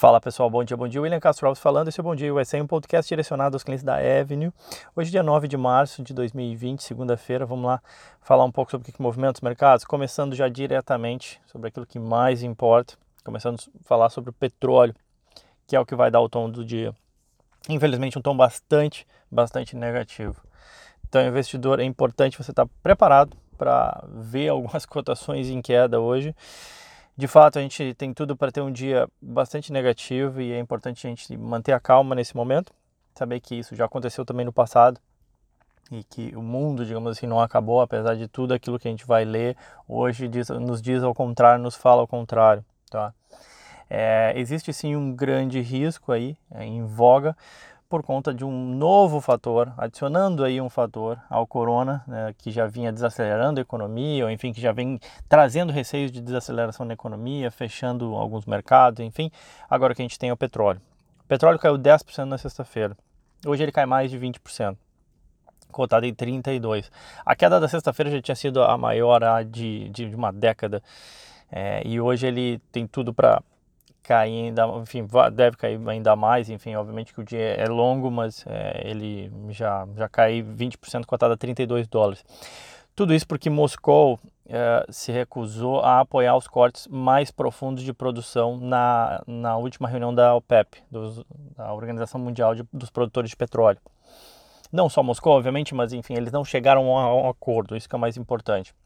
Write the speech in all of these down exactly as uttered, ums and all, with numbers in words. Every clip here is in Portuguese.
Fala pessoal, bom dia, bom dia. William Castro Alves falando, esse é o Bom Dia U S A, um podcast direcionado aos clientes da Avenue. Hoje dia nove de março de dois mil e vinte, segunda-feira, vamos lá falar um pouco sobre o que movimenta os mercados, começando já diretamente sobre aquilo que mais importa, começando a falar sobre o petróleo, que é o que vai dar o tom do dia. Infelizmente um tom bastante, bastante negativo. Então, investidor, é importante você estar preparado para ver algumas cotações em queda hoje. De fato, a gente tem tudo para ter um dia bastante negativo e é importante a gente manter a calma nesse momento, saber que isso já aconteceu também no passado e que o mundo, digamos assim, não acabou, apesar de tudo aquilo que a gente vai ler hoje diz, nos diz ao contrário, nos fala ao contrário, tá? É, existe sim um grande risco aí é, em voga por conta de um novo fator, adicionando aí um fator ao corona, né, que já vinha desacelerando a economia, ou enfim, que já vem trazendo receios de desaceleração na economia, fechando alguns mercados, enfim. Agora o que a gente tem é o petróleo. O petróleo caiu dez por cento na sexta-feira. Hoje ele cai mais de vinte por cento. Cotado em trinta e dois. A queda da sexta-feira já tinha sido a maior de, de uma década. É, e hoje ele tem tudo para cair ainda, enfim, deve cair ainda mais, enfim, obviamente que o dia é longo, mas é, ele já, já cai vinte por cento, cotado a trinta e dois dólares. Tudo isso porque Moscou é, se recusou a apoiar os cortes mais profundos de produção na, na última reunião da OPEP, dos, da Organização Mundial de, dos Produtores de Petróleo. Não só Moscou, obviamente, mas enfim, eles não chegaram a um acordo, isso que é o mais importante.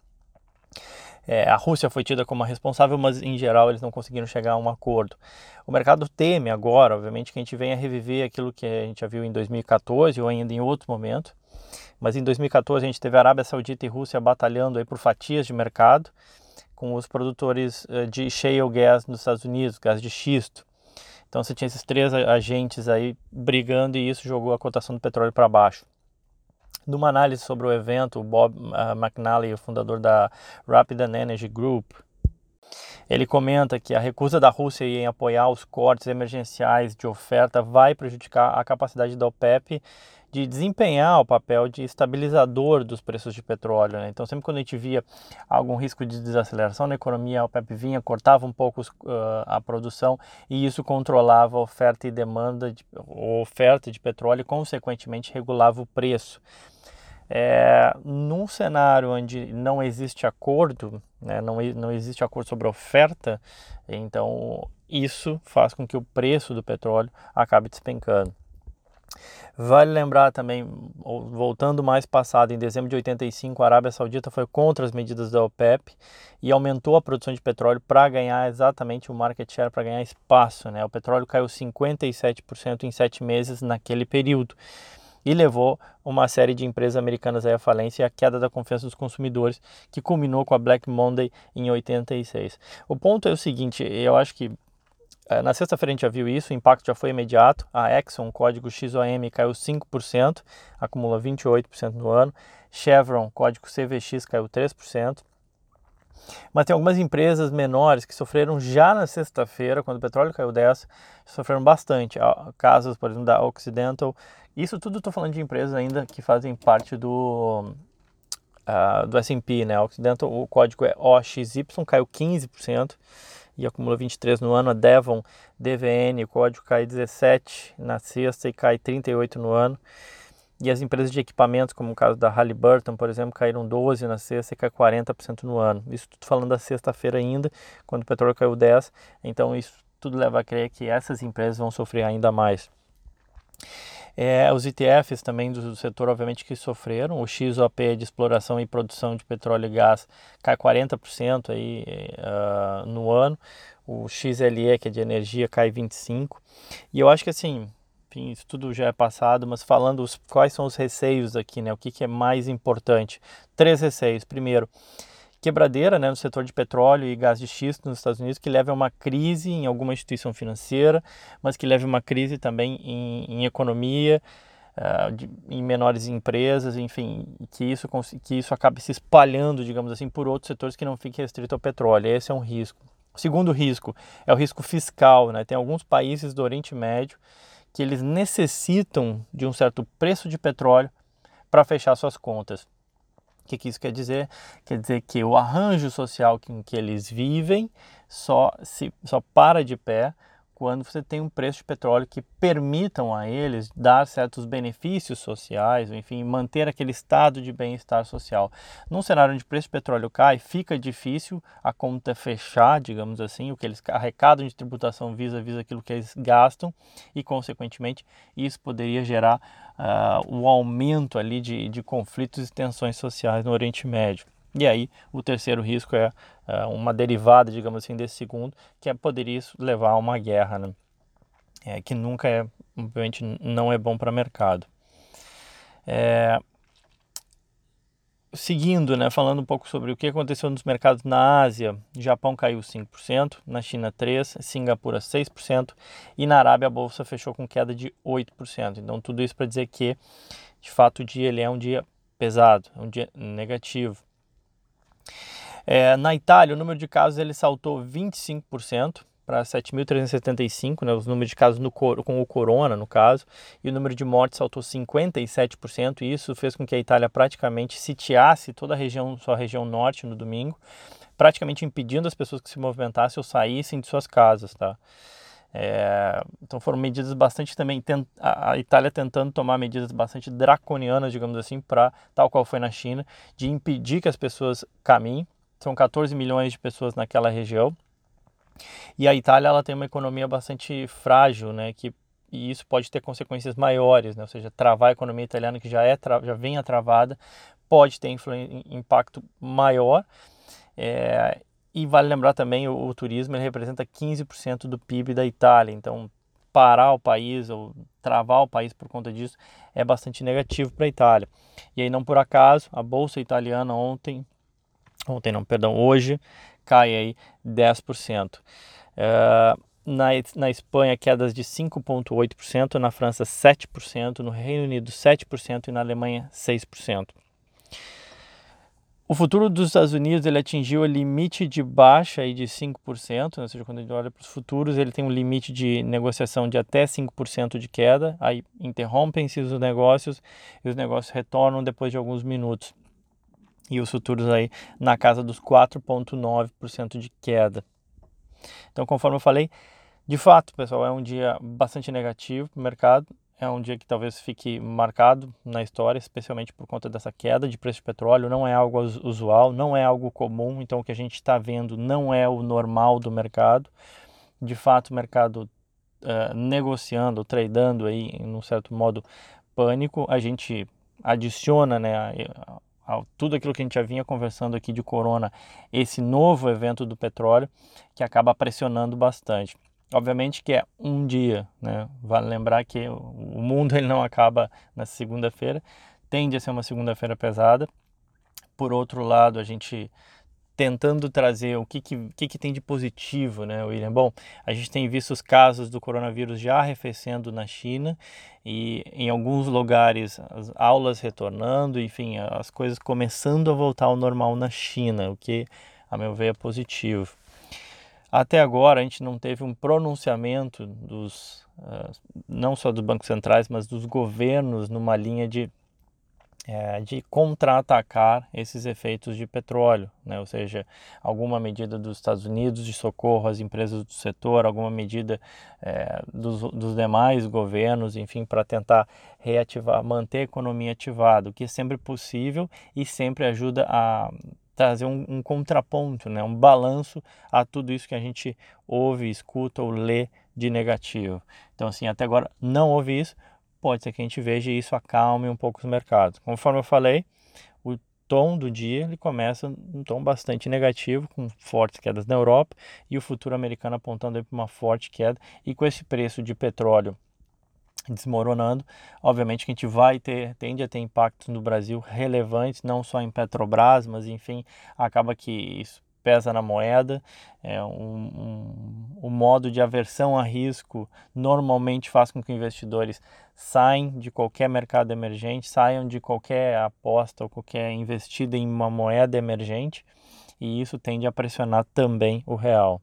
É, a Rússia foi tida como a responsável, mas em geral eles não conseguiram chegar a um acordo. O mercado teme agora, obviamente, que a gente venha reviver aquilo que a gente já viu em dois mil e quatorze ou ainda em outro momento. Mas em dois mil e quatorze a gente teve a Arábia Saudita e Rússia batalhando aí por fatias de mercado com os produtores de shale gas nos Estados Unidos, gás de xisto. Então você tinha esses três agentes aí brigando e isso jogou a cotação do petróleo para baixo. Numa análise sobre o evento, o Bob uh, McNally, o fundador da Rapid Energy Group, ele comenta que a recusa da Rússia em apoiar os cortes emergenciais de oferta vai prejudicar a capacidade da OPEP de desempenhar o papel de estabilizador dos preços de petróleo, né? Então, sempre quando a gente via algum risco de desaceleração na economia, a OPEP vinha, cortava um pouco uh, a produção e isso controlava a oferta e demanda, de, oferta de petróleo e, consequentemente, regulava o preço. É, num cenário onde não existe acordo, né, não, não existe acordo sobre a oferta, então isso faz com que o preço do petróleo acabe despencando. Vale lembrar também, voltando mais passado, em dezembro de oitenta e cinco, a Arábia Saudita foi contra as medidas da OPEP e aumentou a produção de petróleo para ganhar exatamente o market share, para ganhar espaço, né? O petróleo caiu cinquenta e sete por cento em sete meses naquele período e levou uma série de empresas americanas à falência e à queda da confiança dos consumidores, que culminou com a Black Monday em oitenta e seis. O ponto é o seguinte, eu acho que na sexta-feira a gente já viu isso, o impacto já foi imediato. A Exxon, código X O M, caiu cinco por cento, acumula vinte e oito por cento no ano. Chevron, código C V X, caiu três por cento. Mas tem algumas empresas menores que sofreram já na sexta-feira, quando o petróleo caiu dez por cento, sofreram bastante. Casos, por exemplo, da Occidental. Isso tudo estou falando de empresas ainda que fazem parte do, uh, do S and P, né? A Occidental, o código é O X Y, caiu quinze por cento e acumula vinte e três por cento no ano. A Devon, D V N, o código cai dezessete por cento na sexta e cai trinta e oito por cento no ano. E as empresas de equipamentos, como o caso da Halliburton, por exemplo, caíram doze por cento na sexta e cai quarenta por cento no ano. Isso tudo falando da sexta-feira ainda, quando o petróleo caiu dez por cento. Então isso tudo leva a crer que essas empresas vão sofrer ainda mais. É, os E T Fs também do setor, obviamente, que sofreram. O X O P de exploração e produção de petróleo e gás cai quarenta por cento aí, uh, no ano. O X L E, que é de energia, cai vinte e cinco por cento. E eu acho que assim, enfim, isso tudo já é passado, mas falando os, quais são os receios aqui, né? O que, que é mais importante? Três receios. Primeiro, quebradeira, né, no setor de petróleo e gás de xisto nos Estados Unidos, que leve a uma crise em alguma instituição financeira, mas que leve a uma crise também em, em economia, uh, de, em menores empresas, enfim, que isso, que isso acabe se espalhando, digamos assim, por outros setores que não fiquem restrito ao petróleo. Esse é um risco. O segundo risco é o risco fiscal, né? Tem alguns países do Oriente Médio que eles necessitam de um certo preço de petróleo para fechar suas contas. O que, que isso quer dizer? Quer dizer que o arranjo social em que eles vivem só, se, só para de pé quando você tem um preço de petróleo que permitam a eles dar certos benefícios sociais, enfim, manter aquele estado de bem-estar social. Num cenário onde o preço de petróleo cai, fica difícil a conta fechar, digamos assim, o que eles arrecadam de tributação vis-à-vis aquilo que eles gastam e, consequentemente, isso poderia gerar uh, o aumento ali de, de conflitos e tensões sociais no Oriente Médio. E aí, o terceiro risco é uh, uma derivada, digamos assim, desse segundo, que é, poderia isso levar a uma guerra, né? É, que nunca é, obviamente, não é bom para o mercado. É, seguindo, né, falando um pouco sobre o que aconteceu nos mercados na Ásia, Japão caiu cinco por cento, na China três por cento, Singapura seis por cento e na Arábia a bolsa fechou com queda de oito por cento. Então, tudo isso para dizer que, de fato, o dia ele é um dia pesado, é um dia negativo. É, na Itália, o número de casos ele saltou vinte e cinco por cento para sete mil trezentos e setenta e cinco, né, os números de casos no, com o corona, no caso, e o número de mortes saltou cinquenta e sete por cento, e isso fez com que a Itália praticamente sitiasse toda a região, sua região norte no domingo, praticamente impedindo as pessoas que se movimentassem ou saíssem de suas casas, tá? É, então foram medidas bastante também, a Itália tentando tomar medidas bastante draconianas, digamos assim, para, tal qual foi na China, de impedir que as pessoas caminhem. São quatorze milhões de pessoas naquela região. E a Itália ela tem uma economia bastante frágil, né, que, e isso pode ter consequências maiores, né, ou seja, travar a economia italiana que já, é, já vem travada, pode ter impacto maior. É, e vale lembrar também, o, o turismo ele representa quinze por cento do P I B da Itália, então parar o país ou travar o país por conta disso é bastante negativo para a Itália. E aí não por acaso, a bolsa italiana ontem ontem não, perdão, hoje cai aí dez por cento. Uh, na, na Espanha, quedas de cinco vírgula oito por cento, na França sete por cento, no Reino Unido sete por cento e na Alemanha seis por cento. O futuro dos Estados Unidos ele atingiu o limite de baixa aí de cinco por cento, ou seja, quando a gente olha para os futuros, ele tem um limite de negociação de até cinco por cento de queda, aí interrompem-se os negócios e os negócios retornam depois de alguns minutos. E os futuros aí na casa dos quatro vírgula nove por cento de queda. Então, conforme eu falei, de fato, pessoal, é um dia bastante negativo para o mercado. É um dia que talvez fique marcado na história, especialmente por conta dessa queda de preço de petróleo. Não é algo usual, não é algo comum. Então, o que a gente está vendo não é o normal do mercado. De fato, o mercado uh, negociando, tradando aí, em um certo modo, pânico. A gente adiciona, né, a, tudo aquilo que a gente já vinha conversando aqui de corona, esse novo evento do petróleo que acaba pressionando bastante. Obviamente que é um dia, né? Vale lembrar que o mundo ele não acaba na segunda-feira, tende a ser uma segunda-feira pesada. Por outro lado, a gente tentando trazer o que, que, que, que tem de positivo, né, William? Bom, a gente tem visto os casos do coronavírus já arrefecendo na China e em alguns lugares as aulas retornando, enfim, as coisas começando a voltar ao normal na China, o que, a meu ver, é positivo. Até agora a gente não teve um pronunciamento dos, uh, não só dos bancos centrais, mas dos governos numa linha de É, de contra-atacar esses efeitos de petróleo, né? Ou seja, alguma medida dos Estados Unidos de socorro às empresas do setor, alguma medida é, dos, dos demais governos, enfim, para tentar reativar, manter a economia ativada, o que é sempre possível e sempre ajuda a trazer um, um contraponto, né? Um balanço a tudo isso que a gente ouve, escuta ou lê de negativo. Então, assim, até agora não houve isso. Pode ser que a gente veja e isso acalme um pouco os mercados. Conforme eu falei, o tom do dia ele começa um tom bastante negativo, com fortes quedas na Europa e o futuro americano apontando para uma forte queda. E com esse preço de petróleo desmoronando, obviamente que a gente vai ter, tende a ter impactos no Brasil relevantes, não só em Petrobras, mas enfim, acaba que isso pesa na moeda, é um, um, um modo de aversão a risco normalmente faz com que investidores saiam de qualquer mercado emergente, saiam de qualquer aposta ou qualquer investida em uma moeda emergente, e isso tende a pressionar também o real.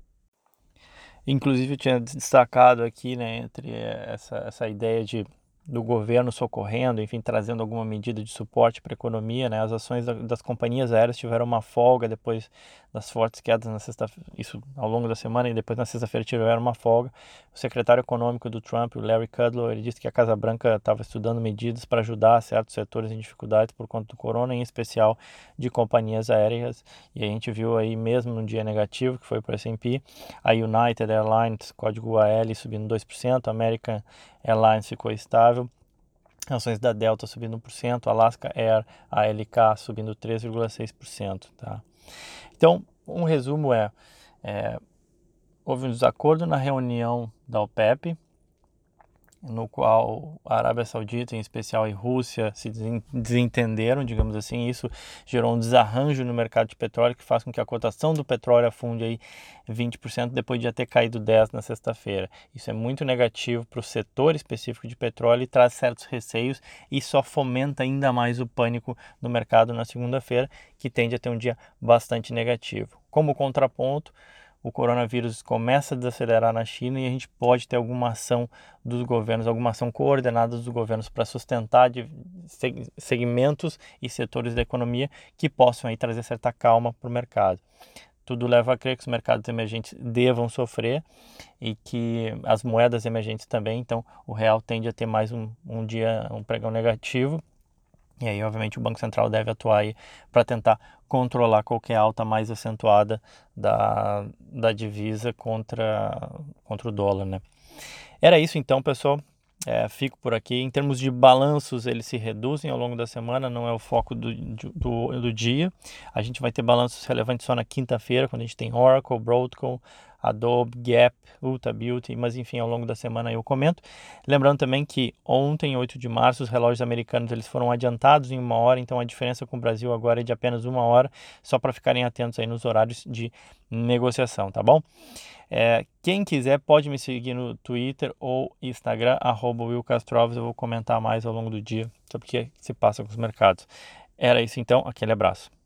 Inclusive eu tinha destacado aqui, né, entre essa, essa ideia de do governo socorrendo, enfim, trazendo alguma medida de suporte para a economia, né? As ações da, das companhias aéreas tiveram uma folga depois das fortes quedas na sexta-feira, isso ao longo da semana, e depois na sexta-feira tiveram uma folga. O secretário econômico do Trump, o Larry Kudlow, ele disse que a Casa Branca estava estudando medidas para ajudar certos setores em dificuldades por conta do corona, em especial de companhias aéreas, e a gente viu aí mesmo no dia negativo, que foi para o S and P, a United Airlines, código A L, subindo dois por cento, a American Airlines ficou estável, ações da Delta subindo um por cento, Alaska Air, A L K subindo três vírgula seis por cento. Tá? Então, um resumo é, é, houve um desacordo na reunião da OPEP, no qual a Arábia Saudita, em especial, e Rússia se desentenderam, digamos assim. Isso gerou um desarranjo no mercado de petróleo que faz com que a cotação do petróleo afunde aí vinte por cento depois de já ter caído dez por cento na sexta-feira. Isso é muito negativo para o setor específico de petróleo e traz certos receios e só fomenta ainda mais o pânico no mercado na segunda-feira, que tende a ter um dia bastante negativo. Como contraponto, o coronavírus começa a desacelerar na China e a gente pode ter alguma ação dos governos, alguma ação coordenada dos governos para sustentar de segmentos e setores da economia que possam aí trazer certa calma para o mercado. Tudo leva a crer que os mercados emergentes devam sofrer e que as moedas emergentes também, então o real tende a ter mais um, um dia, um pregão negativo. E aí, obviamente, o Banco Central deve atuar aí para tentar controlar qualquer alta mais acentuada da, da divisa contra, contra o dólar, né? Era isso então, pessoal. É, fico por aqui. Em termos de balanços, eles se reduzem ao longo da semana, não é o foco do, do, do dia. A gente vai ter balanços relevantes só na quinta-feira, quando a gente tem Oracle, Broadcom, Adobe, Gap, Ulta Beauty, mas enfim, ao longo da semana eu comento. Lembrando também que ontem, oito de março, os relógios americanos eles foram adiantados em uma hora, então a diferença com o Brasil agora é de apenas uma hora, só para ficarem atentos aí nos horários de negociação, tá bom? É, quem quiser pode me seguir no Twitter ou Instagram, arroba Will Castro Alves, eu vou comentar mais ao longo do dia sobre o que se passa com os mercados. Era isso então, aquele abraço.